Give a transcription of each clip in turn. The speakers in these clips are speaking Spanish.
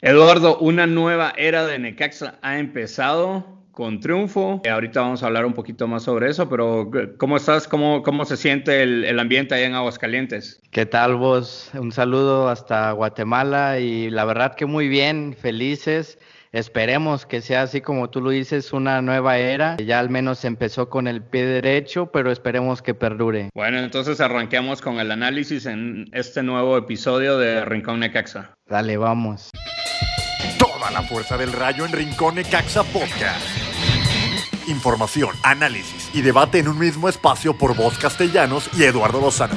Eduardo, una nueva era de Necaxa ha empezado con triunfo. Ahorita vamos a hablar un poquito más sobre eso, pero ¿cómo estás? ¿Cómo se siente el ambiente allá en Aguascalientes? ¿Qué tal vos? Un saludo hasta Guatemala y la verdad que muy bien, felices. Esperemos que sea así como tú lo dices, una nueva era. Ya al menos empezó con el pie derecho, pero esperemos que perdure. Bueno, entonces arranquemos con el análisis en este nuevo episodio de Rincón Necaxa. Dale, vamos. Toda la fuerza del Rayo en Rincón Necaxa Podcast. Información, análisis y debate en un mismo espacio por Voz Castellanos y Eduardo Lozano.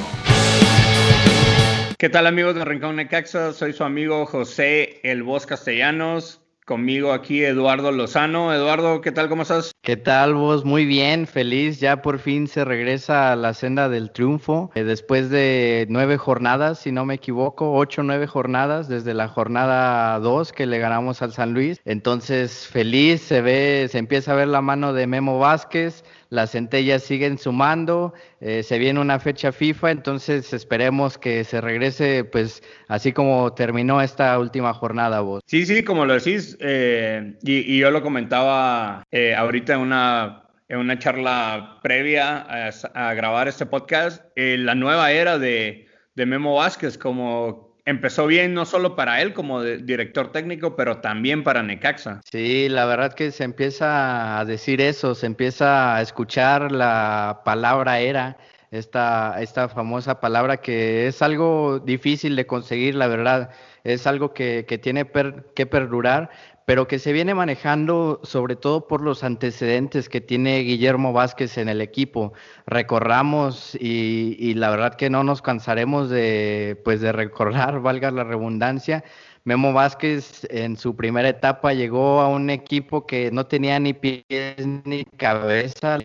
¿Qué tal, amigos de Rincón Necaxa? Soy su amigo José El Voz Castellanos. Conmigo aquí Eduardo Lozano. Eduardo, ¿qué tal? ¿Cómo estás? ¿Qué tal vos? Muy bien, feliz. Ya por fin se regresa a la senda del triunfo. Después de 9 jornadas, si no me equivoco, 8 o 9 jornadas, desde la jornada 2 que le ganamos al San Luis. Entonces, feliz, se empieza a ver la mano de Memo Vázquez. Las centellas siguen sumando, se viene una fecha FIFA, entonces esperemos que se regrese, pues así como terminó esta última jornada, vos. Sí, como lo decís, y yo lo comentaba ahorita en una charla previa a grabar este podcast, la nueva era de Memo Vázquez, como empezó bien no solo para él como director técnico, pero también para Necaxa. Sí, la verdad que se empieza a decir eso, se empieza a escuchar la palabra era, esta famosa palabra que es algo difícil de conseguir, la verdad, es algo que tiene que perdurar, pero que se viene manejando sobre todo por los antecedentes que tiene Guillermo Vázquez en el equipo. Recorramos y la verdad que no nos cansaremos pues de recordar, valga la redundancia. Memo Vázquez en su primera etapa llegó a un equipo que no tenía ni pies ni cabeza,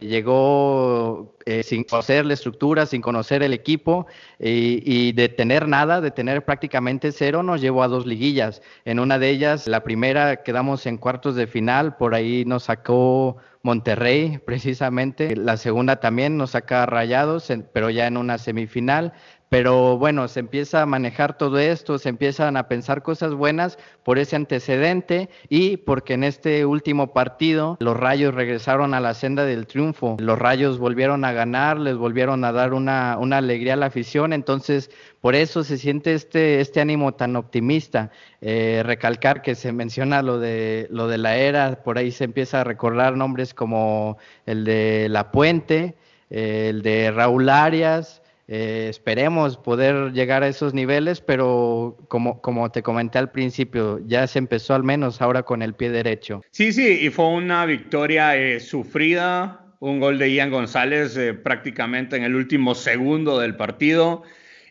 llegó sin conocer la estructura, sin conocer el equipo y de tener nada, de tener prácticamente cero, nos llevó a 2 liguillas. En una de ellas, la primera quedamos en cuartos de final, por ahí nos sacó Monterrey precisamente, la segunda también nos saca Rayados, pero ya en una semifinal. Pero bueno, se empieza a manejar todo esto, se empiezan a pensar cosas buenas por ese antecedente y porque en este último partido los Rayos regresaron a la senda del triunfo. Los Rayos volvieron a ganar, les volvieron a dar una alegría a la afición, entonces por eso se siente este ánimo tan optimista. Recalcar que se menciona lo de la era, por ahí se empieza a recordar nombres como el de La Puente, el de Raúl Arias. Esperemos poder llegar a esos niveles, pero como te comenté al principio, ya se empezó al menos ahora con el pie derecho. Sí, y fue una victoria sufrida, un gol de Ian González prácticamente en el último segundo del partido,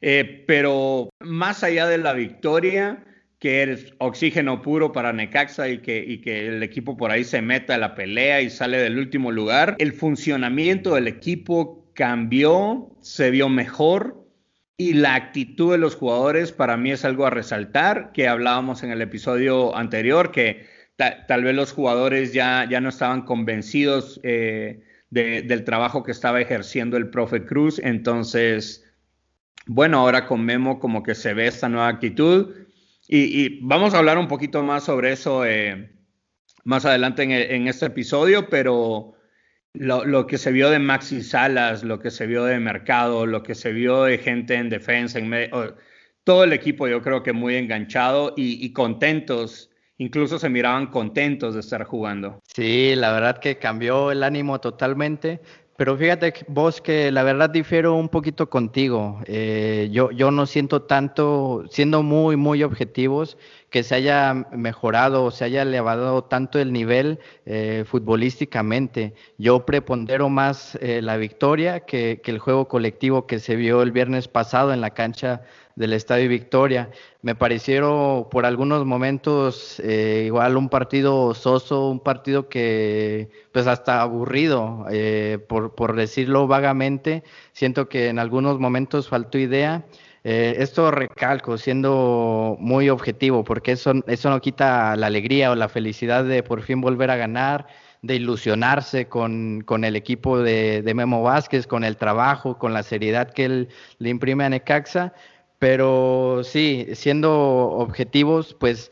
pero más allá de la victoria, que es oxígeno puro para Necaxa y que el equipo por ahí se meta a la pelea y sale del último lugar, el funcionamiento del equipo cambió, se vio mejor y la actitud de los jugadores para mí es algo a resaltar, que hablábamos en el episodio anterior, que tal vez los jugadores ya no estaban convencidos del trabajo que estaba ejerciendo el profe Cruz, entonces, bueno, ahora con Memo como que se ve esta nueva actitud y vamos a hablar un poquito más sobre eso más adelante en este episodio, pero lo que se vio de Maxi Salas, lo que se vio de Mercado, lo que se vio de gente en defensa, todo el equipo yo creo que muy enganchado y contentos, incluso se miraban contentos de estar jugando. Sí, la verdad que cambió el ánimo totalmente, pero fíjate vos que la verdad difiero un poquito contigo. Yo no siento tanto, siendo muy objetivos, que se haya mejorado o se haya elevado tanto el nivel futbolísticamente. Yo prepondero más la victoria que el juego colectivo que se vio el viernes pasado en la cancha del Estadio Victoria. Me parecieron por algunos momentos igual un partido soso, un partido que pues hasta aburrido, por decirlo vagamente. Siento que en algunos momentos faltó idea. Esto recalco, siendo muy objetivo, porque eso no quita la alegría o la felicidad de por fin volver a ganar, de ilusionarse con el equipo de Memo Vázquez, con el trabajo, con la seriedad que él le imprime a Necaxa. Pero sí, siendo objetivos, pues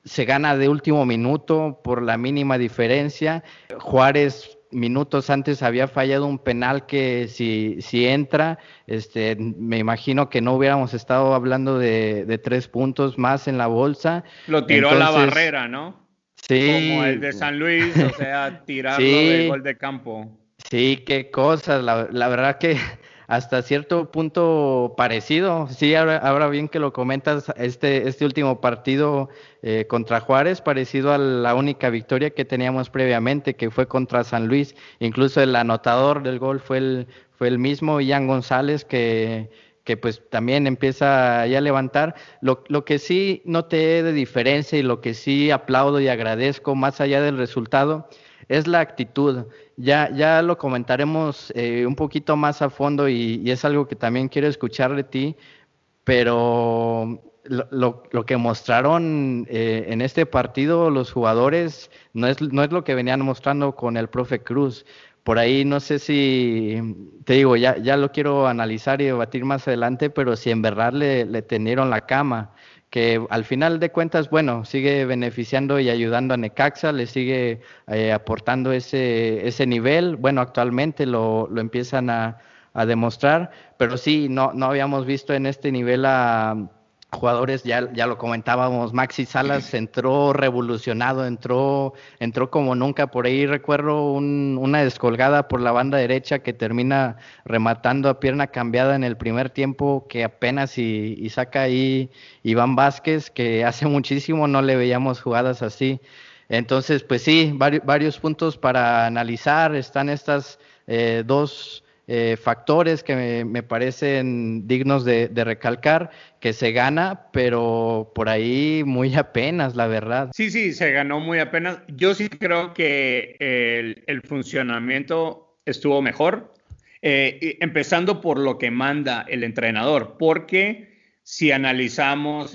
se gana de último minuto por la mínima diferencia. Juárez minutos antes había fallado un penal que si entra, me imagino que no hubiéramos estado hablando de 3 puntos más en la bolsa. Lo tiró a la barrera, ¿no? Como el Sí, de San Luis, o sea, tirarlo de gol sí, de campo. sí, qué cosas. La verdad que hasta cierto punto parecido. Sí, ahora bien que lo comentas, este último partido contra Juárez, parecido a la única victoria que teníamos previamente, que fue contra San Luis. Incluso el anotador del gol fue el mismo, Ian González, que pues también empieza ya a levantar. Lo que sí noté de diferencia y lo que sí aplaudo y agradezco, más allá del resultado, es la actitud. Ya lo comentaremos un poquito más a fondo y es algo que también quiero escuchar de ti, pero lo que mostraron en este partido los jugadores no es lo que venían mostrando con el profe Cruz. Por ahí no sé si, te digo, ya lo quiero analizar y debatir más adelante, pero si en verdad le tendieron la cama, que al final de cuentas, bueno, sigue beneficiando y ayudando a Necaxa, le sigue aportando ese nivel. Bueno, actualmente lo empiezan a demostrar, pero sí, no habíamos visto en este nivel a jugadores, ya lo comentábamos, Maxi Salas entró revolucionado, entró como nunca. Por ahí recuerdo una descolgada por la banda derecha que termina rematando a pierna cambiada en el primer tiempo, que apenas y saca ahí Iván Vázquez, que hace muchísimo no le veíamos jugadas así. Entonces, pues sí, varios puntos para analizar. Están estas dos factores que me parecen dignos de recalcar, que se gana, pero por ahí muy apenas, la verdad. Sí, se ganó muy apenas. Yo sí creo que el funcionamiento estuvo mejor, empezando por lo que manda el entrenador, porque si analizamos,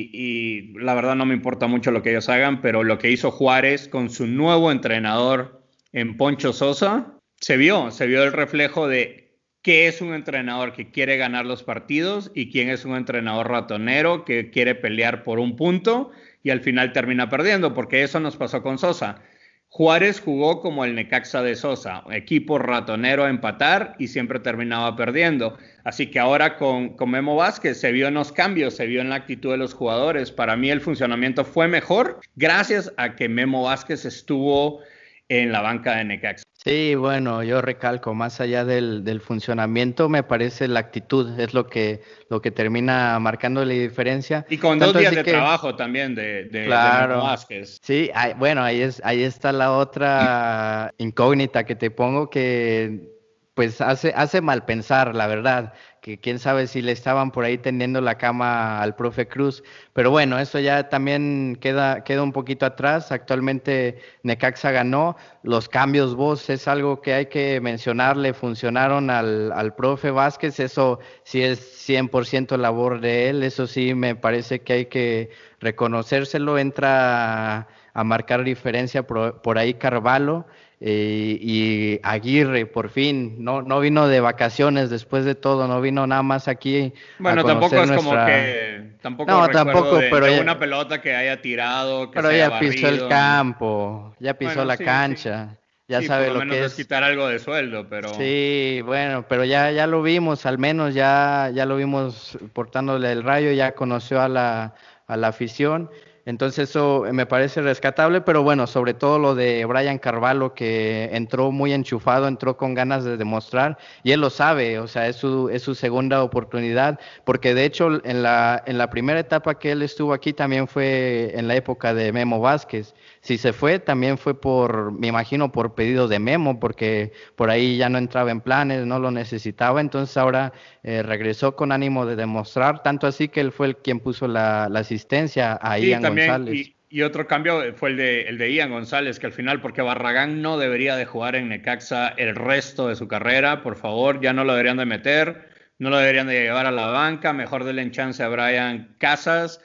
y la verdad no me importa mucho lo que ellos hagan, pero lo que hizo Juárez con su nuevo entrenador en Poncho Sosa, se vio el reflejo de qué es un entrenador que quiere ganar los partidos y quién es un entrenador ratonero que quiere pelear por un punto y al final termina perdiendo, porque eso nos pasó con Sosa. Juárez jugó como el Necaxa de Sosa, equipo ratonero a empatar y siempre terminaba perdiendo. Así que ahora con Memo Vázquez se vio en los cambios, se vio en la actitud de los jugadores. Para mí el funcionamiento fue mejor gracias a que Memo Vázquez estuvo en la banca de Necaxa. Sí, bueno, yo recalco, más allá del funcionamiento, me parece la actitud, es lo que termina marcando la diferencia. Y con Tanto 2 días así de que, trabajo también de Memo claro, Vázquez. sí, bueno, ahí está la otra incógnita que te pongo, que pues hace mal pensar, la verdad, que quién sabe si le estaban por ahí tendiendo la cama al profe Cruz, pero bueno, eso ya también queda un poquito atrás. Actualmente Necaxa ganó, los cambios vos es algo que hay que mencionarle, funcionaron al profe Vázquez, eso sí es 100% labor de él, eso sí me parece que hay que reconocérselo. Entra a marcar diferencia por ahí Carvalho, y Aguirre por fin no vino de vacaciones después de todo, no vino nada más aquí a Bueno, tampoco conocer es como nuestra... que, tampoco No, recuerdo tampoco, de una pelota que haya tirado, que se haya ya pisó el barrido, ¿no? campo, ya pisó Bueno, la cancha, ya sí, por sabe lo lo menos que es es. quitar algo de sueldo, pero Sí, bueno, pero ya lo vimos, al menos ya lo vimos portándole el Rayo, ya conoció a la afición. Entonces eso me parece rescatable, pero bueno, sobre todo lo de Brian Carvalho, que entró muy enchufado, entró con ganas de demostrar, y él lo sabe, o sea, es su segunda oportunidad, porque de hecho en la primera etapa que él estuvo aquí también fue en la época de Memo Vázquez. Si se fue, también fue me imagino, por pedido de Memo, porque por ahí ya no entraba en planes, no lo necesitaba. Entonces ahora regresó con ánimo de demostrar, tanto así que él fue quien puso la asistencia a sí, Ian también, González. y otro cambio fue el de Ian González, que al final, porque Barragán no debería de jugar en Necaxa el resto de su carrera, por favor, ya no lo deberían de meter, no lo deberían de llevar a la banca, mejor denle chance a Brian Casas,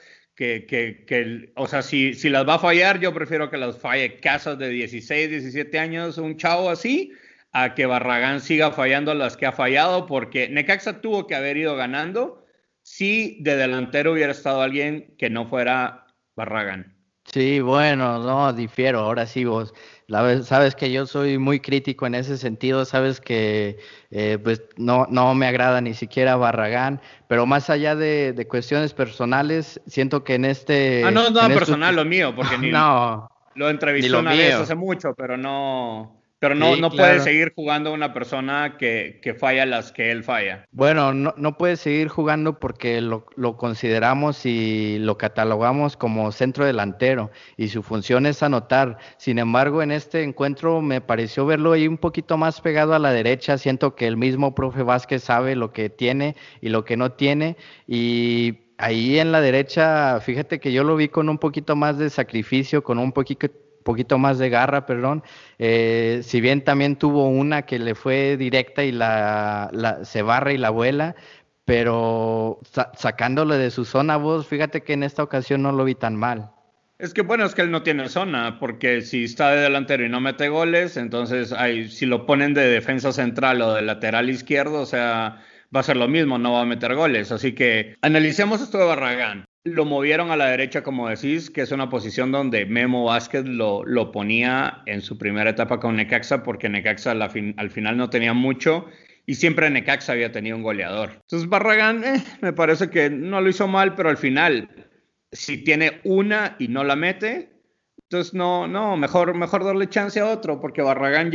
o sea, si las va a fallar, yo prefiero que las falle Casas de 16, 17 años, un chavo así, a que Barragán siga fallando las que ha fallado, porque Necaxa tuvo que haber ido ganando si de delantero hubiera estado alguien que no fuera Barragán. Sí, bueno, no, difiero, ahora sí vos. Sabes que yo soy muy crítico en ese sentido, sabes que pues no me agrada ni siquiera Barragán, pero más allá de cuestiones personales, siento que No es en nada estos, personal lo mío, porque no, lo ni entrevisté lo una vez mío. hace mucho, Sí, no puede claro. seguir jugando una persona que falla las que él falla. Bueno, no puede seguir jugando porque lo consideramos y lo catalogamos como centro delantero y su función es anotar. Sin embargo, en este encuentro me pareció verlo ahí un poquito más pegado a la derecha. Siento que el mismo profe Vázquez sabe lo que tiene y lo que no tiene. Y ahí en la derecha, fíjate que yo lo vi con un poquito más de sacrificio, con un poquito más de garra, perdón. Si bien también tuvo una que le fue directa y se barra y la vuela, pero sacándole de su zona vos, fíjate que en esta ocasión no lo vi tan mal. Es que bueno, es que él no tiene zona, porque si está de delantero y no mete goles, entonces si lo ponen de defensa central o de lateral izquierdo, o sea, va a ser lo mismo, no va a meter goles. Así que analicemos esto de Barragán. Lo movieron a la derecha, como decís, que es una posición donde Memo Vázquez lo ponía en su primera etapa con Necaxa, porque Necaxa al final no tenía mucho y siempre Necaxa había tenido un goleador. Entonces Barragán me parece que no lo hizo mal, pero al final si tiene una y no la mete, entonces mejor darle chance a otro, porque Barragán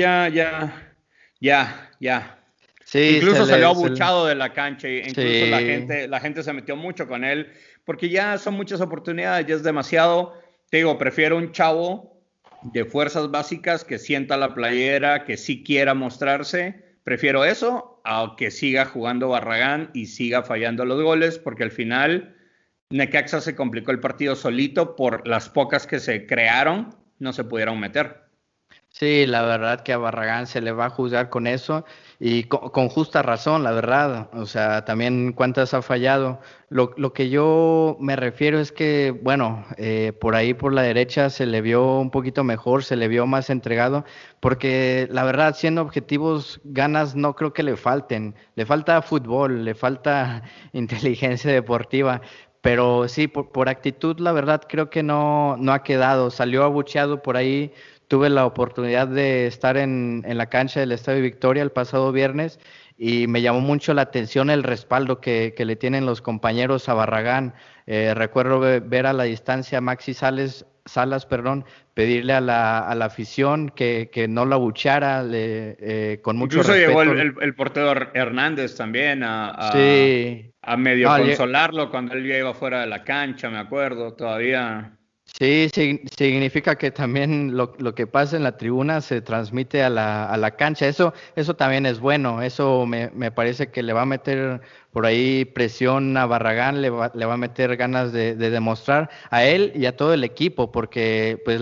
ya. Sí, Incluso salió abuchado de la cancha, incluso sí. la gente se metió mucho con él, porque ya son muchas oportunidades, ya es demasiado. Te digo, prefiero un chavo de fuerzas básicas que sienta la playera, que sí quiera mostrarse. Prefiero eso a que siga jugando Barragán y siga fallando los goles, porque al final Necaxa se complicó el partido solito por las pocas que se crearon, no se pudieron meter. Sí, la verdad que a Barragán se le va a juzgar con eso y con justa razón, la verdad. O sea, también cuántas ha fallado. Lo que yo me refiero es que, bueno, por ahí por la derecha se le vio un poquito mejor, se le vio más entregado, porque la verdad, siendo objetivos, ganas no creo que le falten. Le falta fútbol, le falta inteligencia deportiva. Pero sí, por actitud, la verdad creo que no ha quedado. Salió abucheado por ahí. Tuve la oportunidad de estar en la cancha del Estadio Victoria el pasado viernes y me llamó mucho la atención el respaldo que le tienen los compañeros a Barragán. Recuerdo ver a la distancia a Salas, perdón, pedirle a la afición que no lo abuchara con mucho Incluso llegó respeto. el portero Hernández también Sí, a medio no, consolarlo cuando él ya iba fuera de la cancha, me acuerdo, todavía. sí, significa que también lo que pasa en la tribuna se transmite a la cancha. Eso también es bueno. Eso me parece que le va a meter por ahí presión a Barragán, le va a meter ganas de demostrar a él y a todo el equipo, porque pues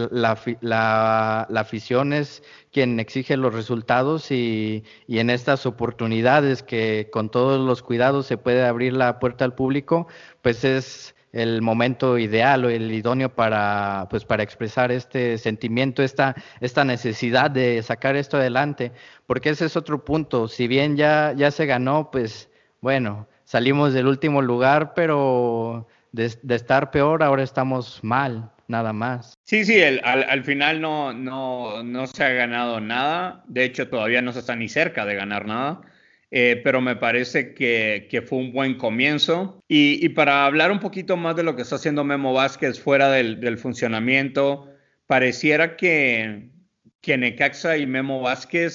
la afición es quien exige los resultados y en estas oportunidades que con todos los cuidados se puede abrir la puerta al público, pues es el momento ideal o el idóneo para expresar este sentimiento, esta necesidad de sacar esto adelante, porque ese es otro punto. Si bien ya se ganó, pues bueno, salimos del último lugar, pero de estar peor, ahora estamos mal, nada más. Sí, sí, al final no se ha ganado nada. De hecho, todavía no se está ni cerca de ganar nada. Pero me parece que fue un buen comienzo. Y para hablar un poquito más de lo que está haciendo Memo Vázquez fuera del funcionamiento, pareciera que Necaxa y Memo Vázquez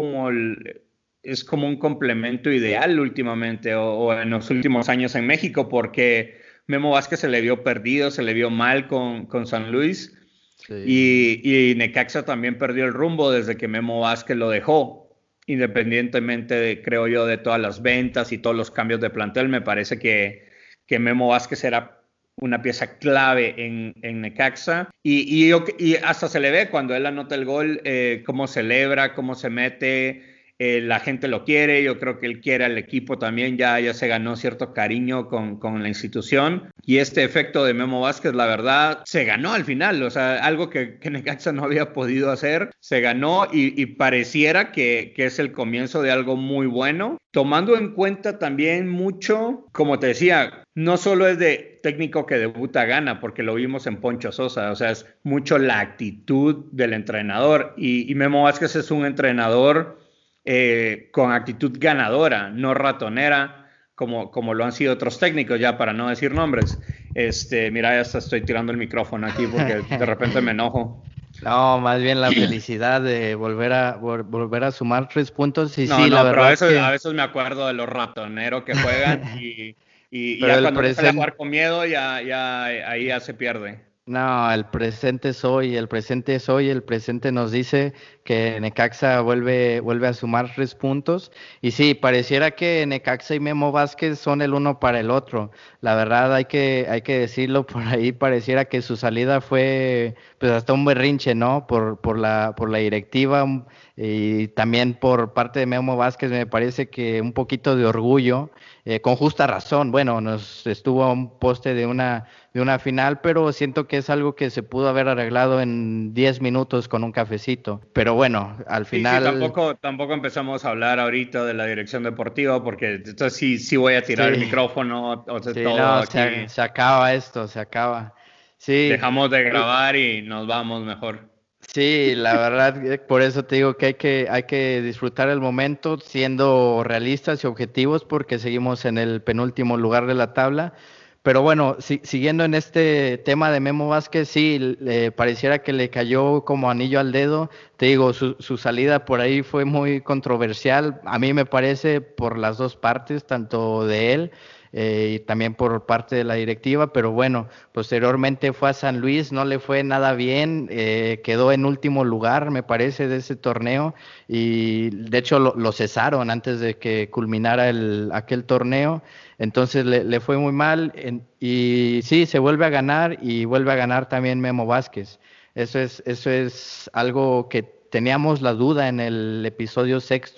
es como un complemento ideal últimamente o en los últimos años en México, porque Memo Vázquez se le vio perdido, se le vio mal con San Luis. Sí. Y Necaxa también perdió el rumbo desde que Memo Vázquez lo dejó, independientemente creo yo, de todas las ventas y todos los cambios de plantel. Me parece que Memo Vázquez era una pieza clave en Necaxa y hasta se le ve cuando él anota el gol, cómo celebra, cómo se mete. la gente lo quiere, yo creo que él quiere al equipo también, ya se ganó cierto cariño con la institución, y este efecto de Memo Vázquez, la verdad, se ganó al final, o sea, algo que Necaxa no había podido hacer, se ganó y pareciera que es el comienzo de algo muy bueno, tomando en cuenta también mucho, como te decía, no solo es de técnico que debuta gana, porque lo vimos en Poncho Sosa, o sea, es mucho la actitud del entrenador, y Memo Vázquez es un entrenador con actitud ganadora, no ratonera, como lo han sido otros técnicos, ya para no decir nombres. Mira, ya hasta estoy tirando el micrófono aquí porque de repente me enojo. No, más bien la felicidad de volver a sumar 3 puntos. Y no, sí, la pero verdad a veces me acuerdo de los ratoneros que juegan y pero ya cuando empiezan a jugar con miedo, ahí ya se pierde. No, el presente es hoy, el presente nos dice que Necaxa vuelve a sumar 3 puntos. Y sí, pareciera que Necaxa y Memo Vázquez son el uno para el otro. La verdad hay que decirlo, por ahí pareciera que su salida fue pues hasta un berrinche, ¿no? Por la directiva y también por parte de Memo Vázquez me parece que un poquito de orgullo, con justa razón. Bueno, nos estuvo a un poste de una final, pero siento que es algo que se pudo haber arreglado en 10 minutos con un cafecito. Pero bueno, al final... Sí, tampoco empezamos a hablar ahorita de la dirección deportiva, porque entonces sí voy a tirar el micrófono, todo no, aquí. Se acaba esto, se acaba. Sí. Dejamos de grabar y nos vamos mejor. Sí, la verdad, por eso te digo que hay que disfrutar el momento siendo realistas y objetivos, porque seguimos en el penúltimo lugar de la tabla. Pero bueno, siguiendo en este tema de Memo Vázquez, sí, pareciera que le cayó como anillo al dedo. Te digo, su salida por ahí fue muy controversial. A mí me parece por las dos partes, tanto de él y también por parte de la directiva. Pero bueno, posteriormente fue a San Luis, no le fue nada bien, quedó en último lugar, me parece, de ese torneo. Y de hecho lo cesaron antes de que culminara aquel torneo. Entonces le fue muy mal y sí, se vuelve a ganar y vuelve a ganar también Memo Vázquez. Eso es algo que teníamos la duda en el episodio 6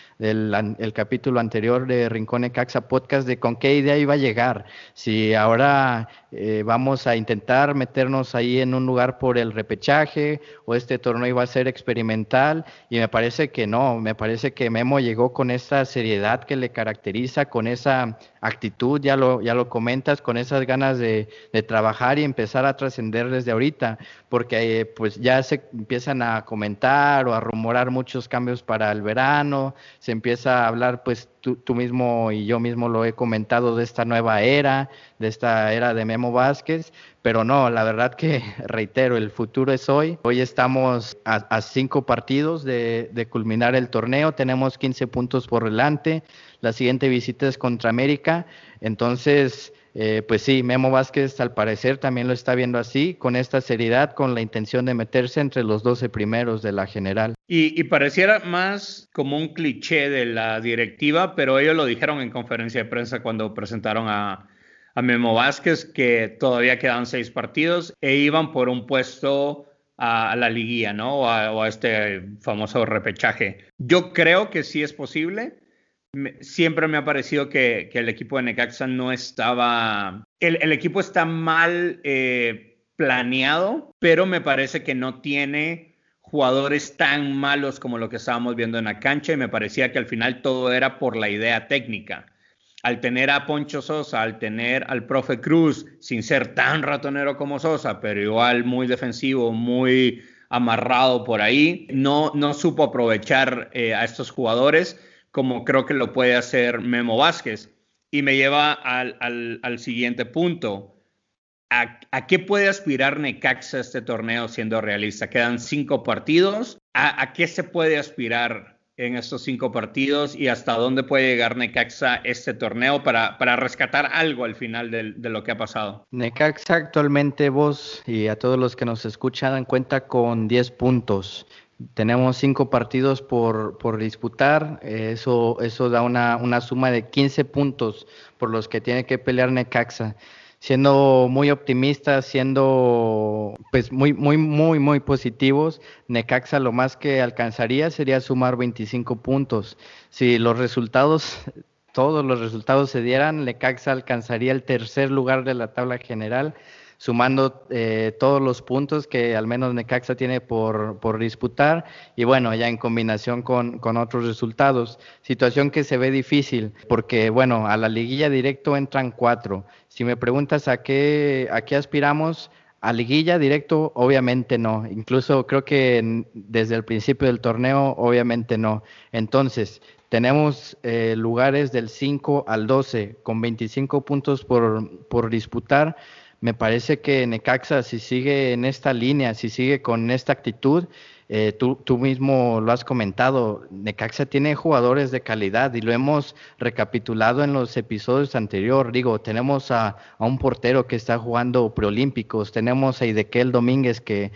el capítulo anterior de Rincón Necaxa Podcast de con qué idea iba a llegar. Si ahora vamos a intentar meternos ahí en un lugar por el repechaje o este torneo iba a ser experimental, y me parece que no, me parece que Memo llegó con esa seriedad que le caracteriza, con esa actitud, ya lo comentas, con esas ganas de trabajar y empezar a trascender desde ahorita, porque pues ya se empiezan a comentar o a rumorar muchos cambios para el verano, se empieza a hablar, pues tú mismo y yo mismo lo he comentado, de esta nueva era, de esta era de Memo Vázquez, pero no, la verdad que, reitero, el futuro es hoy. Hoy estamos a 5 partidos de culminar el torneo, tenemos 15 puntos por delante, la siguiente visita es contra América, entonces... pues sí, Memo Vázquez al parecer también lo está viendo así, con esta seriedad, con la intención de meterse entre los 12 primeros de la general. Y pareciera más como un cliché de la directiva, pero ellos lo dijeron en conferencia de prensa cuando presentaron a Memo Vázquez, que todavía quedan 6 partidos e iban por un puesto a la liguilla, ¿no? O a este famoso repechaje. Yo creo que sí es posible. Siempre me ha parecido que el equipo de Necaxa no estaba... El equipo está mal planeado, pero me parece que no tiene jugadores tan malos como lo que estábamos viendo en la cancha, y me parecía que al final todo era por la idea técnica. Al tener a Poncho Sosa, al tener al profe Cruz, sin ser tan ratonero como Sosa, pero igual muy defensivo, muy amarrado por ahí, no supo aprovechar a estos jugadores como creo que lo puede hacer Memo Vázquez. Y me lleva al siguiente punto. ¿A qué puede aspirar Necaxa este torneo siendo realista? Quedan 5 partidos. ¿A qué se puede aspirar en estos 5 partidos? ¿Y hasta dónde puede llegar Necaxa este torneo para rescatar algo al final de lo que ha pasado? Necaxa actualmente, vos y a todos los que nos escuchan, cuenta con 10 puntos. Tenemos 5 partidos por disputar, eso da una suma de 15 puntos por los que tiene que pelear Necaxa. siendo muy optimistas, siendo pues muy positivos, Necaxa lo más que alcanzaría sería sumar 25 puntos. Si los resultados, todos los resultados se dieran, Necaxa alcanzaría el tercer lugar de la tabla general, sumando todos los puntos que al menos Necaxa tiene por disputar, y bueno, ya en combinación con otros resultados. Situación que se ve difícil, porque bueno, a la liguilla directo entran 4. Si me preguntas a qué aspiramos, a liguilla directo, obviamente no. Incluso creo que desde el principio del torneo, obviamente no. Entonces, tenemos lugares del 5 al 12 con 25 puntos por disputar. Me parece que Necaxa, si sigue en esta línea, si sigue con esta actitud, tú mismo lo has comentado, Necaxa tiene jugadores de calidad y lo hemos recapitulado en los episodios anteriores. Digo, tenemos a un portero que está jugando preolímpicos, tenemos a Idequiel Domínguez que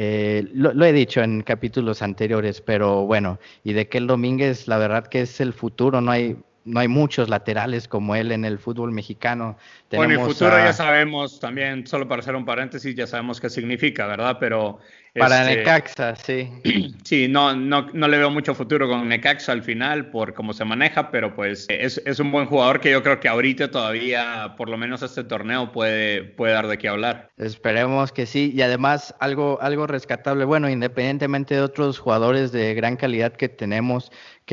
lo he dicho en capítulos anteriores, pero bueno, Idequiel Domínguez, la verdad que es el futuro, no hay muchos laterales como él en el fútbol mexicano. Bueno, y futuro ya sabemos también, solo para hacer un paréntesis, ya sabemos qué significa, ¿verdad? Pero para Necaxa, sí. Sí, no le veo mucho futuro con Necaxa al final por cómo se maneja, pero pues es un buen jugador que yo creo que ahorita todavía, por lo menos este torneo, puede dar de qué hablar. Esperemos que sí, y además algo rescatable, bueno, independientemente de otros jugadores de gran calidad que tenemos,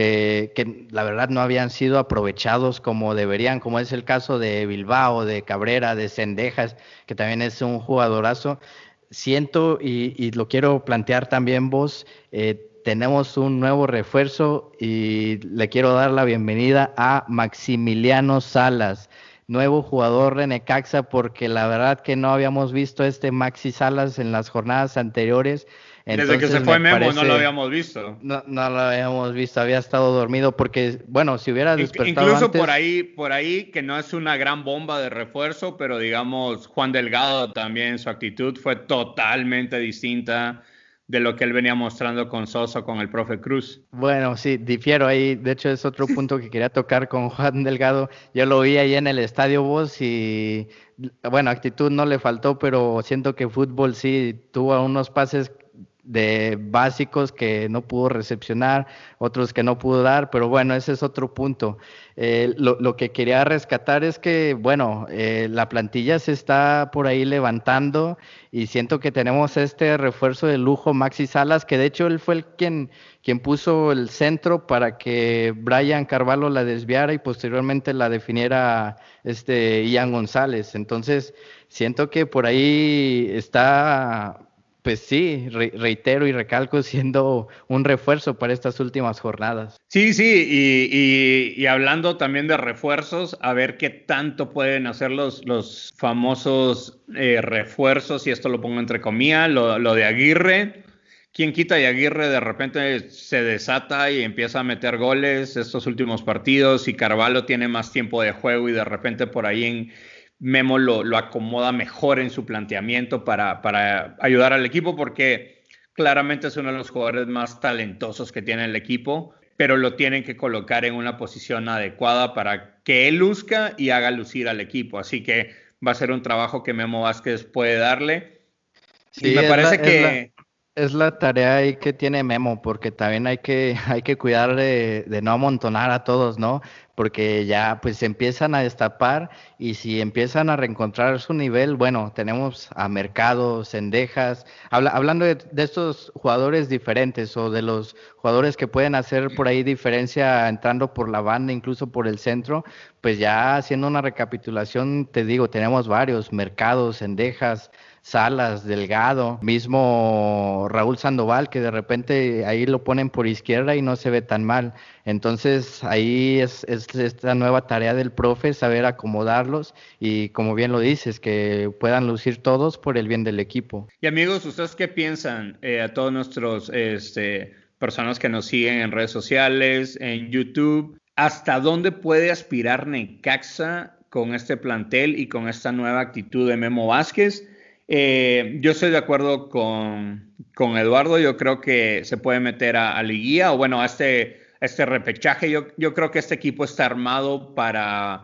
que la verdad no habían sido aprovechados como deberían, como es el caso de Bilbao, de Cabrera, de Cendejas, que también es un jugadorazo. Siento, y lo quiero plantear también vos, tenemos un nuevo refuerzo y le quiero dar la bienvenida a Maximiliano Salas, nuevo jugador de Necaxa, porque la verdad que no habíamos visto Maxi Salas en las jornadas anteriores. Entonces, desde que se fue Memo no lo habíamos visto. No lo habíamos visto, había estado dormido porque, bueno, si hubiera despertado incluso antes... por ahí, que no es una gran bomba de refuerzo, pero digamos, Juan Delgado también, su actitud fue totalmente distinta de lo que él venía mostrando con Sosa, con el profe Cruz. Bueno, sí, difiero ahí, de hecho es otro punto que quería tocar con Juan Delgado. Yo lo vi ahí en el estadio Voz y, bueno, actitud no le faltó, pero siento que fútbol sí tuvo unos pases de básicos que no pudo recepcionar, otros que no pudo dar, pero bueno, ese es otro punto. Lo que quería rescatar es que, bueno, la plantilla se está por ahí levantando y siento que tenemos este refuerzo de lujo, Maxi Salas, que de hecho él fue quien puso el centro para que Brian Carvalho la desviara y posteriormente la definiera Ian González. Entonces, siento que por ahí está... Pues sí, reitero y recalco, siendo un refuerzo para estas últimas jornadas. Sí, y hablando también de refuerzos, a ver qué tanto pueden hacer los famosos refuerzos, y esto lo pongo entre comillas, lo de Aguirre. ¿Quién quita? Y Aguirre de repente se desata y empieza a meter goles estos últimos partidos, y Carvalho tiene más tiempo de juego y de repente por ahí Memo lo acomoda mejor en su planteamiento para ayudar al equipo, porque claramente es uno de los jugadores más talentosos que tiene el equipo, pero lo tienen que colocar en una posición adecuada para que él luzca y haga lucir al equipo. Así que va a ser un trabajo que Memo Vázquez puede darle. Sí, y me parece que... Es la tarea ahí que tiene Memo, porque también hay que cuidar de no amontonar a todos, ¿no? Porque ya pues se empiezan a destapar y si empiezan a reencontrar su nivel, bueno, tenemos a Mercado, Cendejas, hablando de estos jugadores diferentes o de los jugadores que pueden hacer por ahí diferencia entrando por la banda, incluso por el centro, pues ya haciendo una recapitulación, te digo, tenemos varios, Mercado, Cendejas, Salas, Delgado, mismo Raúl Sandoval, que de repente ahí lo ponen por izquierda y no se ve tan mal. Entonces ahí es esta nueva tarea del profe, saber acomodarlos y, como bien lo dices, que puedan lucir todos por el bien del equipo. Y amigos, ¿ustedes qué piensan? A todos nuestros personas que nos siguen en redes sociales, en YouTube, ¿hasta dónde puede aspirar Necaxa con este plantel y con esta nueva actitud de Memo Vázquez? Yo estoy de acuerdo con Eduardo. Yo creo que se puede meter a liguilla, o bueno, a este repechaje. Yo creo que este equipo está armado para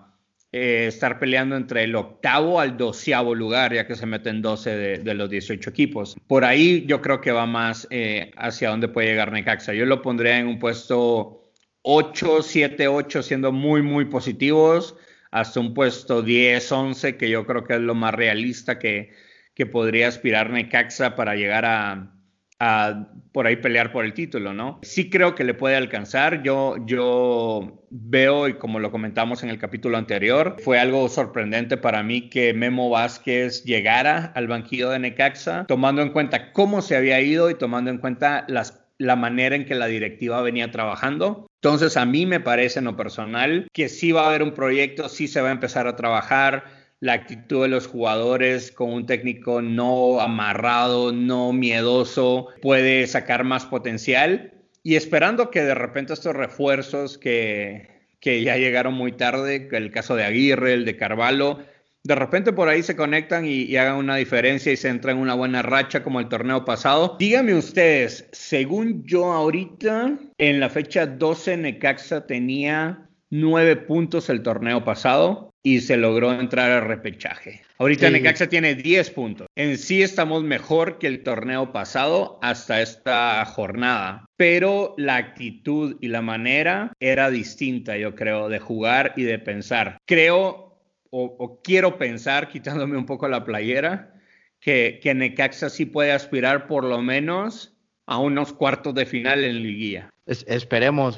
estar peleando entre el 8º al 12º lugar, ya que se meten 12 de los 18 equipos. Por ahí yo creo que va más hacia dónde puede llegar Necaxa. Yo lo pondría en un puesto 8, 7, 8, siendo muy, muy positivos, hasta un puesto 10, 11, que yo creo que es lo más realista que podría aspirar Necaxa para llegar a por ahí pelear por el título, ¿no? Sí creo que le puede alcanzar. Yo veo, y como lo comentamos en el capítulo anterior, fue algo sorprendente para mí que Memo Vázquez llegara al banquillo de Necaxa, tomando en cuenta cómo se había ido y tomando en cuenta la manera en que la directiva venía trabajando. Entonces, a mí me parece en lo personal que sí va a haber un proyecto, sí se va a empezar a trabajar. La actitud de los jugadores con un técnico no amarrado, no miedoso, puede sacar más potencial. Y esperando que de repente estos refuerzos que ya llegaron muy tarde, el caso de Aguirre, el de Carvalho, de repente por ahí se conectan y hagan una diferencia y se entran en una buena racha como el torneo pasado. Díganme ustedes, según yo ahorita, en la fecha 12 Necaxa tenía 9 puntos el torneo pasado y se logró entrar al repechaje. Ahorita sí. Necaxa tiene 10 puntos. En sí estamos mejor que el torneo pasado hasta esta jornada, pero la actitud y la manera era distinta, yo creo, de jugar y de pensar. Creo o quiero pensar, quitándome un poco la playera, que Necaxa sí puede aspirar por lo menos a unos cuartos de final en liguilla. Esperemos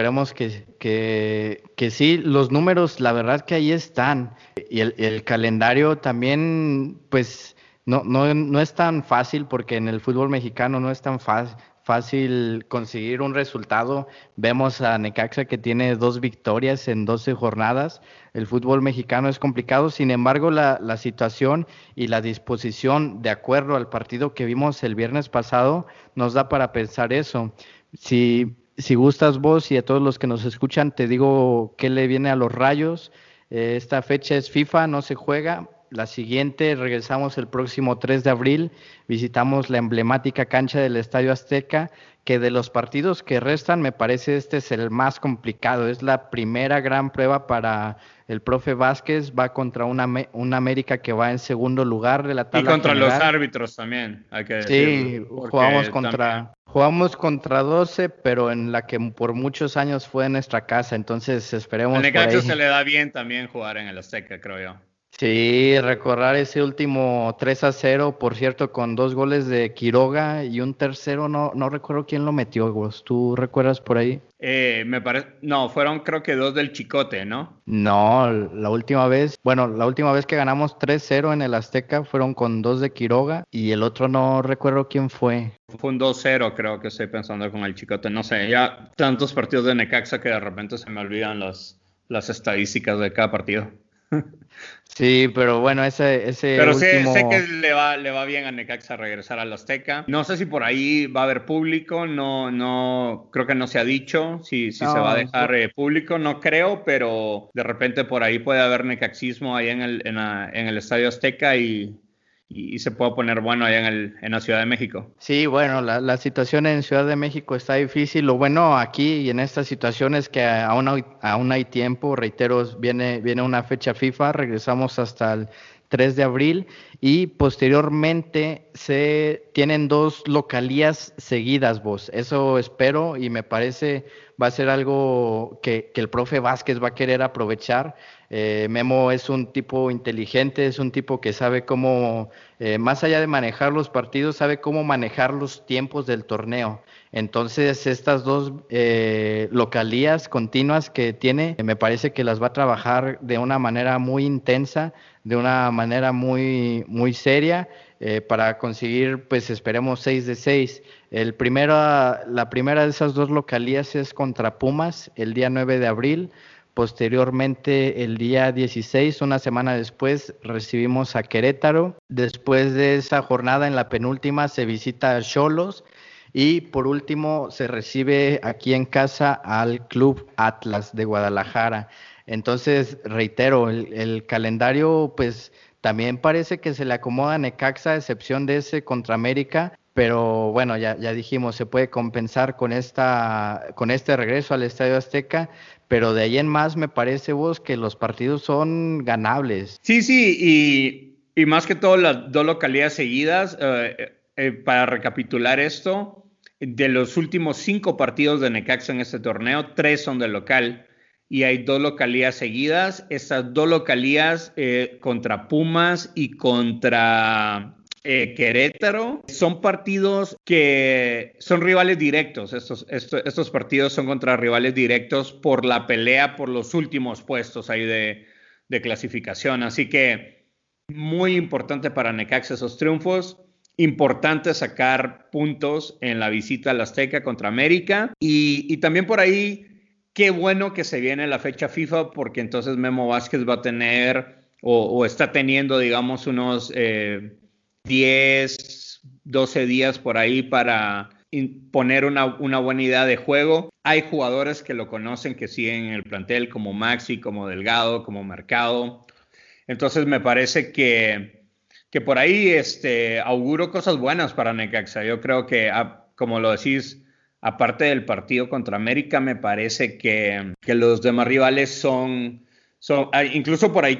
que sí, los números, la verdad que ahí están. Y el calendario también, pues, no es tan fácil, porque en el fútbol mexicano no es tan fácil conseguir un resultado. Vemos a Necaxa que tiene 2 victorias en 12 jornadas. El fútbol mexicano es complicado, sin embargo, la situación y la disposición, de acuerdo al partido que vimos el viernes pasado, nos da para pensar eso. Si gustas vos y a todos los que nos escuchan, te digo qué le viene a los Rayos. Esta fecha es FIFA, no se juega. La siguiente, regresamos el próximo 3 de abril, visitamos la emblemática cancha del Estadio Azteca, que de los partidos que restan, me parece este es el más complicado. Es la primera gran prueba para el profe Vázquez, va contra una América que va en segundo lugar de la tabla general. Y contra general. Los árbitros también, hay que decirlo. Sí, jugamos contra 12, pero en la que por muchos años fue en nuestra casa, entonces esperemos por ahí. Al Necaxa se le da bien también jugar en el Azteca, creo yo. Sí, recordar ese último 3-0, por cierto, con 2 goles de Quiroga y un tercero, no recuerdo quién lo metió, vos. ¿Tú recuerdas por ahí? Me parece, no, fueron creo que 2 del Chicote, ¿no? No, la última vez que ganamos 3-0 en el Azteca fueron con 2 de Quiroga y el otro no recuerdo quién fue. Fue un 2-0, creo que estoy pensando con el Chicote, no sé, ya tantos partidos de Necaxa que de repente se me olvidan las estadísticas de cada partido. Sí, pero bueno, ese pero último... sé que le va bien a Necaxa regresar al Azteca. No sé si por ahí va a haber público, no creo que no se ha dicho si se va a dejar público, no creo, pero de repente por ahí puede haber necaxismo ahí en el Estadio Azteca y se puede poner bueno allá en la Ciudad de México. Sí, bueno, la situación en Ciudad de México está difícil. Lo bueno aquí y en esta situación es que aún hay tiempo. Reitero, viene una fecha FIFA, regresamos hasta el 3 de abril y posteriormente se tienen 2 localías seguidas, vos. Eso espero y me parece va a ser algo que el profe Vázquez va a querer aprovechar. Memo es un tipo inteligente, es un tipo que sabe cómo, más allá de manejar los partidos, sabe cómo manejar los tiempos del torneo. Entonces, estas 2 localías continuas que tiene, me parece que las va a trabajar de una manera muy intensa, de una manera muy, muy seria, para conseguir, pues esperemos 6 de 6. La primera de esas 2 localías es contra Pumas, el día 9 de abril. Posteriormente, el día 16, una semana después, recibimos a Querétaro. Después de esa jornada, en la penúltima, se visita a Xolos. Y por último, se recibe aquí en casa al Club Atlas de Guadalajara. Entonces, reitero, el calendario, pues, también parece que se le acomoda a Necaxa, a excepción de ese contra América. pero bueno, ya dijimos, se puede compensar con este regreso al Estadio Azteca, pero de ahí en más me parece vos que los partidos son ganables. Sí, y más que todo las dos localidades seguidas, para recapitular esto, de los últimos 5 partidos de Necaxa en este torneo, 3 son de local y hay 2 localías seguidas. Estas 2 localías contra Pumas y contra Querétaro son partidos que son rivales directos. Estos partidos son contra rivales directos por la pelea por los últimos puestos ahí de clasificación. Así que muy importante para Necaxa esos triunfos. Importante sacar puntos en la visita al Azteca contra América. Y también por ahí, qué bueno que se viene la fecha FIFA, porque entonces Memo Vázquez va a tener o está teniendo, digamos, unos 10, 12 días por ahí para poner una buena idea de juego. Hay jugadores que lo conocen, que siguen en el plantel, como Maxi, como Delgado, como Mercado. Entonces me parece que por ahí auguro cosas buenas para Necaxa. Yo creo que, como lo decís, aparte del partido contra América, me parece que los demás rivales son incluso por ahí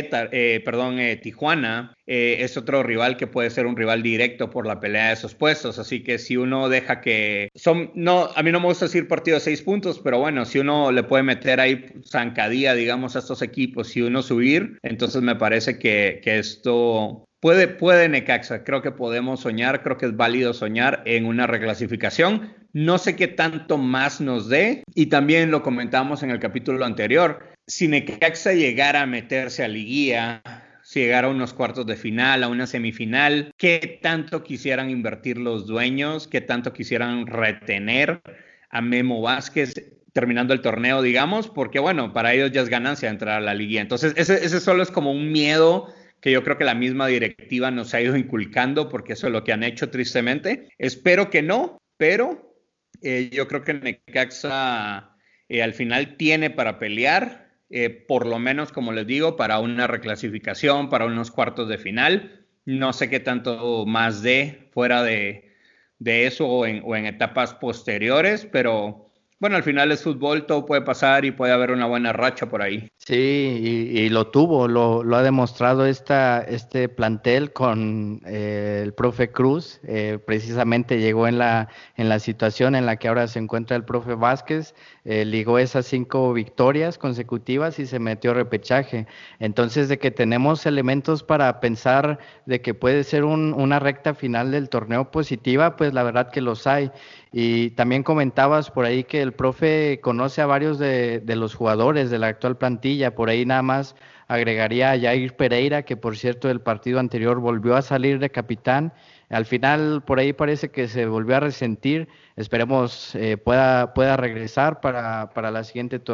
Tijuana es otro rival que puede ser un rival directo por la pelea de esos puestos. Así que si uno deja que a mí no me gusta decir partido de 6 puntos, pero bueno, si uno le puede meter ahí zancadilla, digamos, a estos equipos y uno subir, entonces me parece que esto puede Necaxa. Creo que podemos soñar, creo que es válido soñar en una reclasificación. No sé qué tanto más nos dé, y también lo comentamos en el capítulo anterior. Si Necaxa llegara a meterse a liguilla, si llegara a unos cuartos de final, a una semifinal, ¿qué tanto quisieran invertir los dueños? ¿Qué tanto quisieran retener a Memo Vázquez terminando el torneo, digamos? Porque bueno, para ellos ya es ganancia entrar a la liguilla. Entonces ese solo es como un miedo que yo creo que la misma directiva nos ha ido inculcando, porque eso es lo que han hecho tristemente. Espero que no, pero yo creo que Necaxa al final tiene para pelear, por lo menos, como les digo, para una reclasificación, para unos cuartos de final. No sé qué tanto más fuera de eso o en etapas posteriores, pero bueno, al final es fútbol, todo puede pasar y puede haber una buena racha por ahí. Sí, y lo tuvo, lo ha demostrado este plantel con el profe Cruz. Precisamente llegó en la situación en la que ahora se encuentra el profe Vázquez, ligó esas 5 victorias consecutivas y se metió repechaje. Entonces, de que tenemos elementos para pensar de que puede ser una recta final del torneo positiva, pues la verdad que los hay. Y también comentabas por ahí que el profe conoce a varios de los jugadores de la actual plantilla. Por ahí nada más agregaría a Jair Pereira, que por cierto el partido anterior volvió a salir de capitán. Al final por ahí parece que se volvió a resentir. Esperemos pueda regresar para la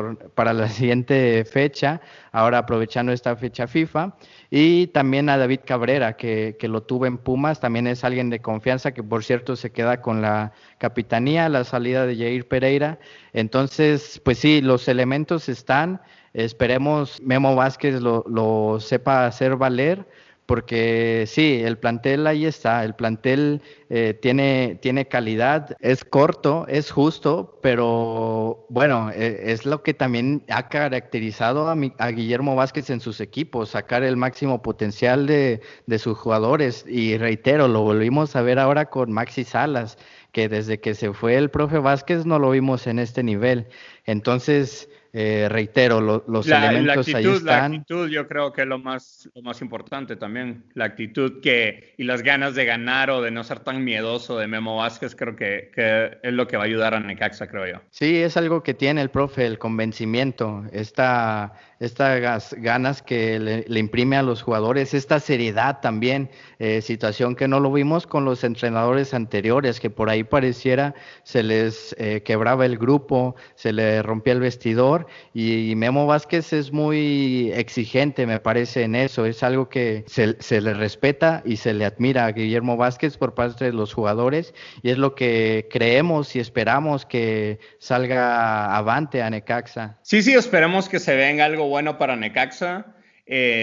siguiente fecha, ahora aprovechando esta fecha FIFA. Y también a David Cabrera, que lo tuvo en Pumas, también es alguien de confianza, que por cierto se queda con la capitanía a la salida de Jair Pereira. Entonces, pues sí, los elementos están. Esperemos Memo Vázquez lo sepa hacer valer, porque sí, el plantel ahí está, el plantel tiene calidad, es corto, es justo, pero bueno, es lo que también ha caracterizado a Guillermo Vázquez en sus equipos, sacar el máximo potencial de sus jugadores. Y reitero, lo volvimos a ver ahora con Maxi Salas, que desde que se fue el profe Vázquez no lo vimos en este nivel. Entonces, reitero, los elementos ahí están. La actitud yo creo que es lo más importante también. La actitud y las ganas de ganar o de no ser tan miedoso de Memo Vázquez, creo que es lo que va a ayudar a Necaxa, creo yo. Sí, es algo que tiene el profe, el convencimiento, estas ganas que le imprime a los jugadores, esta seriedad también, situación que no lo vimos con los entrenadores anteriores, que por ahí pareciera se les quebraba el grupo, se le rompía el vestidor, y Memo Vázquez es muy exigente, me parece, en eso. Es algo que se le respeta y se le admira a Guillermo Vázquez por parte de los jugadores, y es lo que creemos y esperamos que salga avante a Necaxa. Sí, esperemos que se venga algo bueno para Necaxa.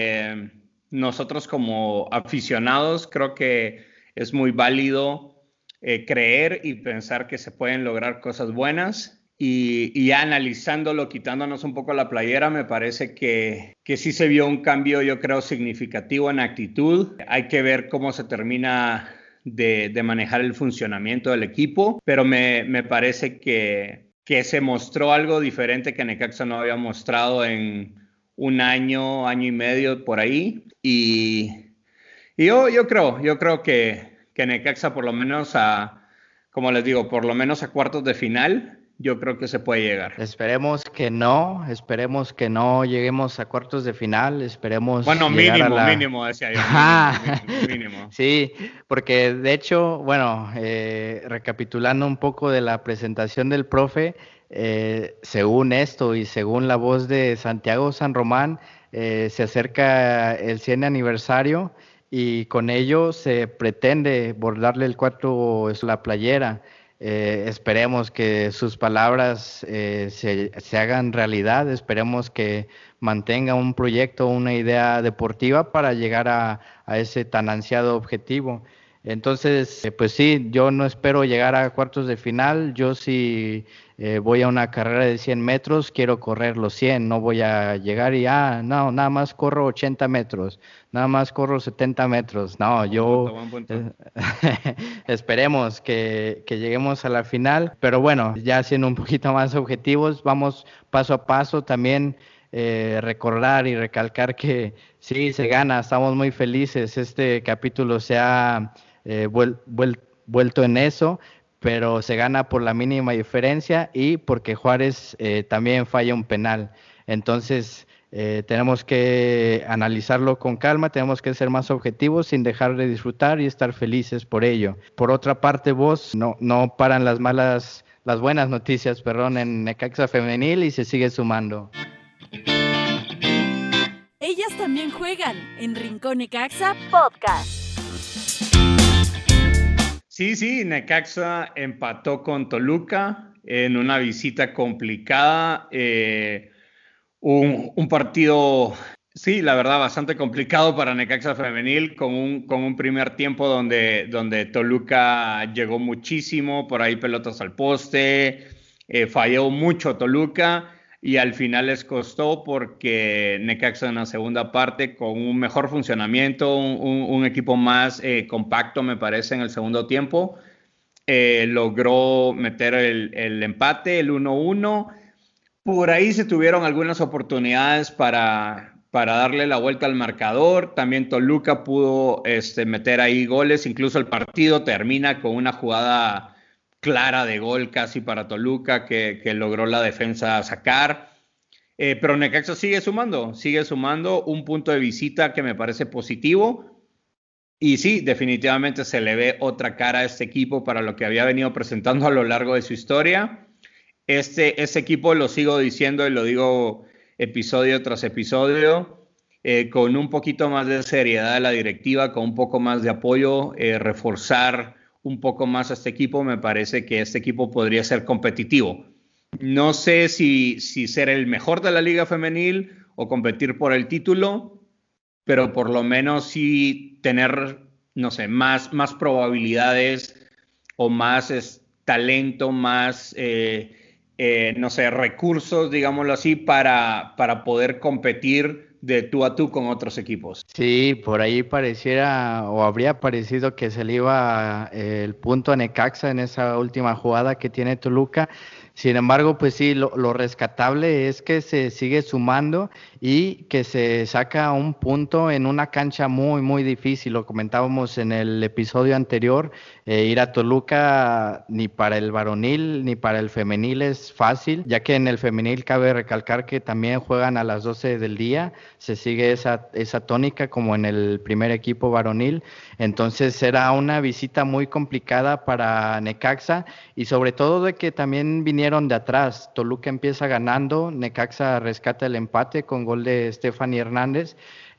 Nosotros como aficionados creo que es muy válido creer y pensar que se pueden lograr cosas buenas. Y ya analizándolo, quitándonos un poco la playera, me parece que sí se vio un cambio, yo creo, significativo en actitud. Hay que ver cómo se termina de manejar el funcionamiento del equipo, pero me parece que se mostró algo diferente que Necaxa no había mostrado en un año y medio por ahí. Y yo creo que Necaxa, por lo menos como les digo, por lo menos a cuartos de final, yo creo que se puede llegar. Esperemos que no lleguemos a cuartos de final, esperemos mínimo, decía yo, mínimo. Sí, porque de hecho, bueno, recapitulando un poco de la presentación del profe, según esto y según la voz de Santiago San Román, se acerca el 100 aniversario y con ello se pretende bordarle el 4 la playera. Esperemos que sus palabras se hagan realidad, esperemos que mantenga un proyecto, una idea deportiva para llegar a ese tan ansiado objetivo. Entonces, pues sí, yo no espero llegar a cuartos de final, yo sí voy a una carrera de 100 metros, quiero correr los 100, no voy a llegar y, no, nada más corro 80 metros, nada más corro 70 metros, no, Buen punto. Esperemos que lleguemos a la final, pero bueno, ya siendo un poquito más objetivos, vamos paso a paso, también recordar y recalcar que sí, se gana, estamos muy felices, este capítulo se ha vuelto en eso, pero se gana por la mínima diferencia y porque Juárez también falla un penal. Entonces tenemos que analizarlo con calma, tenemos que ser más objetivos sin dejar de disfrutar y estar felices por ello. Por otra parte, vos no paran las buenas noticias, en Necaxa femenil y se sigue sumando. Ellas también juegan en Rincón Necaxa Podcast. Sí, Necaxa empató con Toluca en una visita complicada, un partido, sí, la verdad, bastante complicado para Necaxa femenil, con un primer tiempo donde Toluca llegó muchísimo, por ahí pelotas al poste, falló mucho Toluca. Y al final les costó porque Necaxa en la segunda parte, con un mejor funcionamiento, un equipo más compacto, me parece, en el segundo tiempo, logró meter el empate, el 1-1. Por ahí se tuvieron algunas oportunidades para darle la vuelta al marcador. También Toluca pudo meter ahí goles. Incluso el partido termina con una jugada clara de gol casi para Toluca que logró la defensa sacar, pero Necaxa sigue sumando un punto de visita que me parece positivo y sí, definitivamente se le ve otra cara a este equipo para lo que había venido presentando a lo largo de su historia. Este equipo, lo sigo diciendo y lo digo episodio tras episodio, con un poquito más de seriedad de la directiva, con un poco más de apoyo, reforzar un poco más a este equipo, me parece que este equipo podría ser competitivo. No sé si ser el mejor de la liga femenil o competir por el título, pero por lo menos sí tener, no sé, más probabilidades o más talento, más, no sé, recursos, digámoslo así, para poder competir de tú a tú con otros equipos. Sí, por ahí pareciera o habría parecido que se le iba el punto a Necaxa en esa última jugada que tiene Toluca. Sin embargo, pues sí, lo rescatable es que se sigue sumando y que se saca un punto en una cancha muy, muy difícil. Lo comentábamos en el episodio anterior, ir a Toluca ni para el varonil ni para el femenil es fácil, ya que en el femenil cabe recalcar que también juegan a las 12 del día, se sigue esa tónica como en el primer equipo varonil. Entonces será una visita muy complicada para Necaxa y sobre todo de que también vinieron de atrás. Toluca empieza ganando, Necaxa rescata el empate con gol de Stephanie Hernández.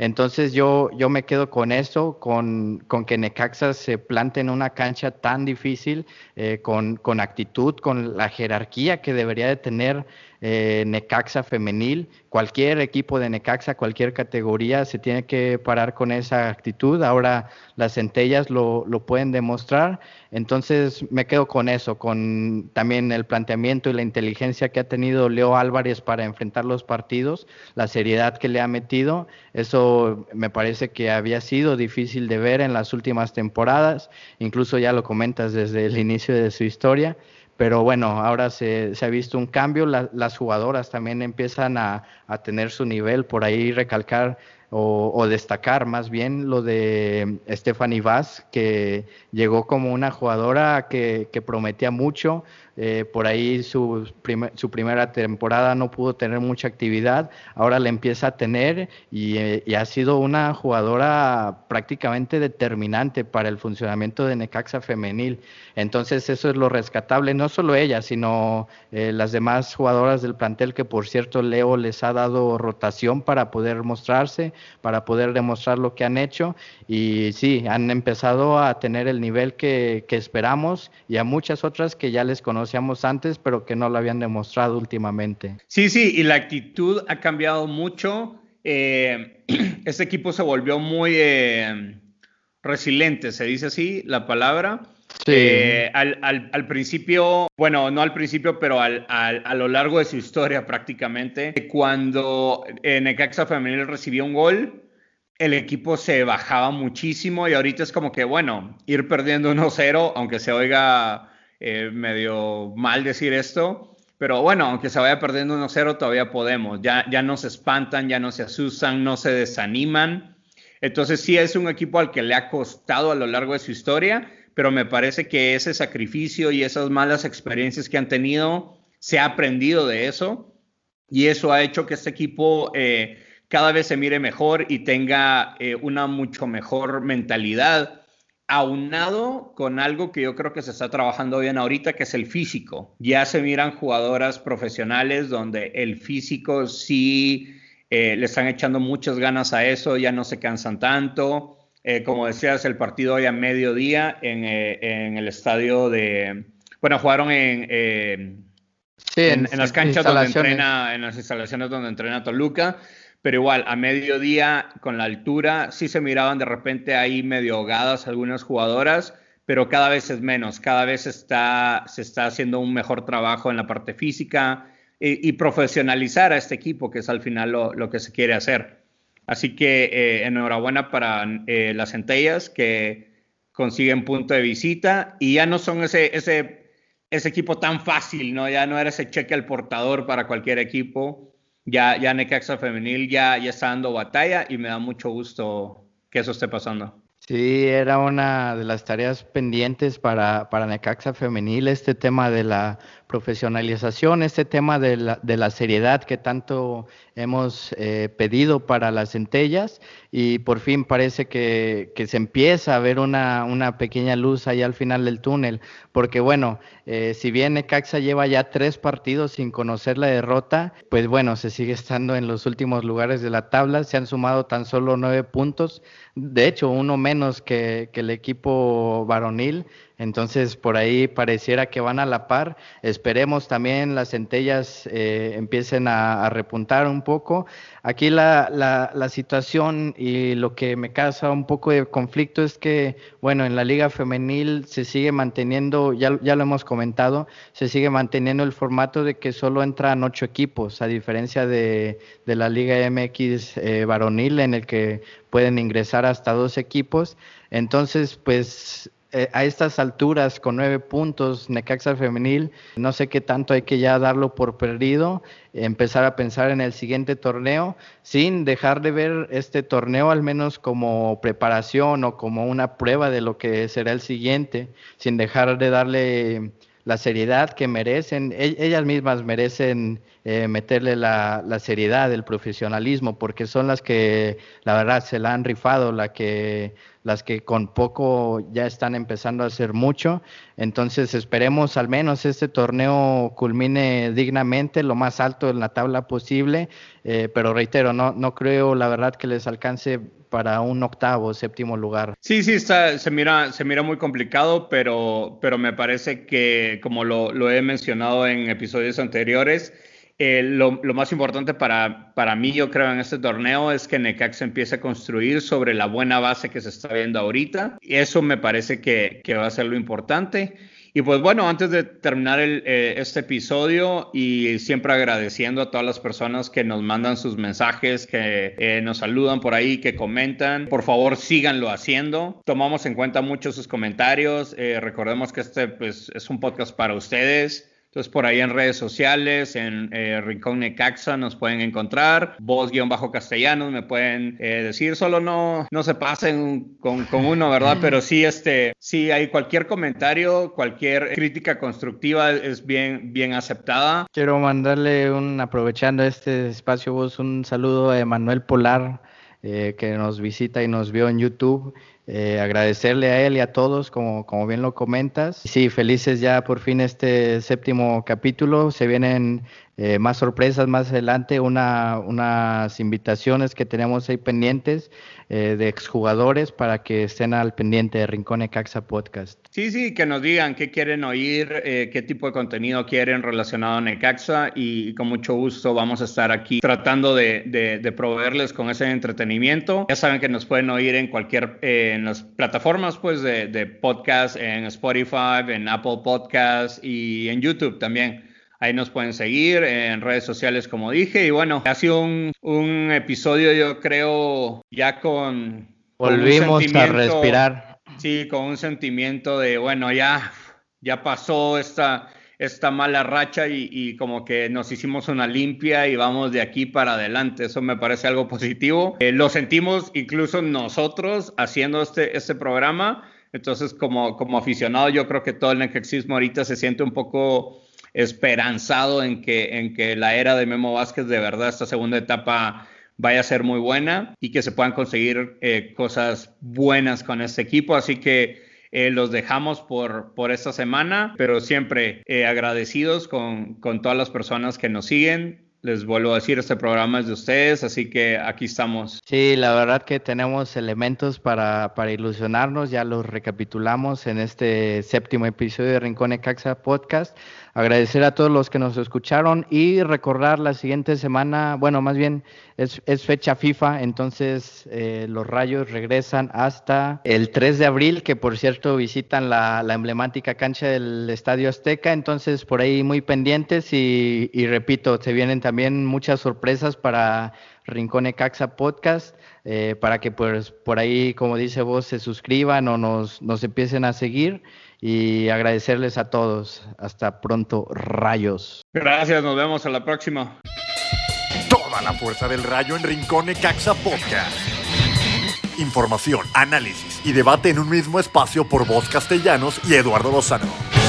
Entonces yo me quedo con eso, con que Necaxa se plante en una cancha tan difícil, con actitud, con la jerarquía que debería de tener Necaxa femenil. Cualquier equipo de Necaxa, cualquier categoría se tiene que parar con esa actitud. Ahora las Centellas lo pueden demostrar. Entonces me quedo con eso, con también el planteamiento y la inteligencia que ha tenido Leo Álvarez para enfrentar los partidos, la seriedad que le ha metido. Eso me parece que había sido difícil de ver en las últimas temporadas, incluso ya lo comentas desde el inicio de su historia. Pero bueno, ahora se ha visto un cambio, las jugadoras también empiezan a tener su nivel, por ahí recalcar o destacar más bien lo de Stephanie Vaz, que llegó como una jugadora que prometía mucho. Por ahí su primera temporada no pudo tener mucha actividad, ahora la empieza a tener y ha sido una jugadora prácticamente determinante para el funcionamiento de Necaxa femenil. Entonces eso es lo rescatable, no solo ella, sino las demás jugadoras del plantel, que por cierto Leo les ha dado rotación para poder mostrarse, para poder demostrar lo que han hecho, y sí, han empezado a tener el nivel que esperamos, y a muchas otras que ya les conocíamos antes, pero que no lo habían demostrado últimamente. Sí, y la actitud ha cambiado mucho. Este equipo se volvió muy resiliente, se dice así la palabra. Sí. Al principio, bueno, no al principio, pero a lo largo de su historia prácticamente, cuando Necaxa Femenil recibía un gol, el equipo se bajaba muchísimo, y ahorita es como que, bueno, ir perdiendo 1-0, aunque se oiga medio mal decir esto, pero bueno, aunque se vaya perdiendo 1-0, todavía podemos. Ya no se espantan, ya no se asustan, no se desaniman. Entonces sí es un equipo al que le ha costado a lo largo de su historia, pero me parece que ese sacrificio y esas malas experiencias que han tenido, se ha aprendido de eso, y eso ha hecho que este equipo cada vez se mire mejor y tenga una mucho mejor mentalidad, aunado con algo que yo creo que se está trabajando bien ahorita, que es el físico. Ya se miran jugadoras profesionales donde el físico sí le están echando muchas ganas a eso, ya no se cansan tanto. Como decías, el partido hoy a mediodía en el estadio de... Bueno, jugaron en las canchas donde entrena, en las instalaciones donde entrena Toluca, pero igual, a mediodía, con la altura, sí se miraban de repente ahí medio ahogadas algunas jugadoras, pero cada vez es menos, cada vez se está haciendo un mejor trabajo en la parte física y profesionalizar a este equipo, que es al final lo que se quiere hacer. Así que enhorabuena para las Centellas, que consiguen punto de visita, y ya no son ese equipo tan fácil, ¿no? Ya no era ese cheque al portador para cualquier equipo. Ya Necaxa Femenil ya está dando batalla, y me da mucho gusto que eso esté pasando. Sí, era una de las tareas pendientes para Necaxa Femenil, este tema de la profesionalización, este tema de la seriedad que tanto hemos pedido para las Centellas, y por fin parece que se empieza a ver una pequeña luz ahí al final del túnel, porque bueno, si bien Necaxa lleva ya 3 partidos sin conocer la derrota, pues bueno, se sigue estando en los últimos lugares de la tabla, se han sumado tan solo 9 puntos, de hecho uno menos que el equipo varonil. Entonces por ahí pareciera que van a la par. Esperemos también las Centellas empiecen a repuntar un poco. Aquí la situación y lo que me causa un poco de conflicto es que, bueno, en la Liga Femenil se sigue manteniendo, ya lo hemos comentado, se sigue manteniendo el formato de que solo entran 8 equipos, a diferencia de la Liga MX varonil, en el que pueden ingresar hasta 2 equipos. Entonces, pues a estas alturas, con 9 puntos, Necaxa Femenil, no sé qué tanto hay que ya darlo por perdido, empezar a pensar en el siguiente torneo, sin dejar de ver este torneo al menos como preparación o como una prueba de lo que será el siguiente, sin dejar de darle la seriedad que merecen. Ellas mismas merecen meterle la seriedad, el profesionalismo, porque son las que la verdad se la han rifado, las que con poco ya están empezando a hacer mucho. Entonces esperemos al menos este torneo culmine dignamente, lo más alto en la tabla posible, pero reitero, no creo la verdad que les alcance para un octavo o séptimo lugar. Sí, se mira muy complicado, pero me parece que, como lo he mencionado en episodios anteriores, lo más importante para mí, yo creo, en este torneo es que Necaxa empiece a construir sobre la buena base que se está viendo ahorita. Y eso me parece que va a ser lo importante. Y pues bueno, antes de terminar este episodio, y siempre agradeciendo a todas las personas que nos mandan sus mensajes, que nos saludan por ahí, que comentan, por favor síganlo haciendo. Tomamos en cuenta mucho sus comentarios. Recordemos que este pues, es un podcast para ustedes. Entonces, por ahí en redes sociales, en Rincón Necaxa nos pueden encontrar. Voz-Castellanos me pueden decir, solo no se pasen con uno, ¿verdad? Pero sí, hay cualquier comentario, cualquier crítica constructiva es bien aceptada. Quiero mandarle aprovechando este espacio, Voz, un saludo a Emanuel Polar, que nos visita y nos vio en YouTube. Agradecerle a él y a todos, como bien lo comentas. Sí, felices ya por fin este séptimo capítulo. Se vienen más sorpresas más adelante, unas invitaciones que tenemos ahí pendientes de exjugadores para que estén al pendiente de Rincón Necaxa Podcast. Sí, que nos digan qué quieren oír, qué tipo de contenido quieren relacionado a Necaxa, y con mucho gusto vamos a estar aquí tratando de proveerles con ese entretenimiento. Ya saben que nos pueden oír en en las plataformas pues de podcast, en Spotify, en Apple Podcasts y en YouTube también. Ahí nos pueden seguir en redes sociales, como dije. Y bueno, ha sido un episodio, yo creo, ya volvimos a respirar. Sí, con un sentimiento de, bueno, ya pasó esta mala racha y como que nos hicimos una limpia y vamos de aquí para adelante. Eso me parece algo positivo. Lo sentimos incluso nosotros haciendo este programa. Entonces, como aficionado, yo creo que todo el necaxismo ahorita se siente un poco esperanzado en que la era de Memo Vázquez, de verdad, esta segunda etapa vaya a ser muy buena y que se puedan conseguir cosas buenas con este equipo. Así que los dejamos por esta semana, pero siempre agradecidos con todas las personas que nos siguen. Les vuelvo a decir, este programa es de ustedes, así que aquí estamos. Sí, la verdad que tenemos elementos para ilusionarnos, ya los recapitulamos en este séptimo episodio de Rincón Necaxa Podcast. Agradecer a todos los que nos escucharon y recordar la siguiente semana, bueno, más bien es fecha FIFA, entonces los Rayos regresan hasta el 3 de abril, que por cierto visitan la emblemática cancha del Estadio Azteca, entonces por ahí muy pendientes y repito, se vienen también muchas sorpresas para Rincón Necaxa Podcast, para que pues por ahí, como dice Voz, se suscriban o nos empiecen a seguir. Y agradecerles a todos. Hasta pronto, Rayos. Gracias, nos vemos a la próxima. Toda la fuerza del Rayo en Rincón Necaxa Podcast. Información, análisis y debate en un mismo espacio por Voz Castellanos y Eduardo Lozano.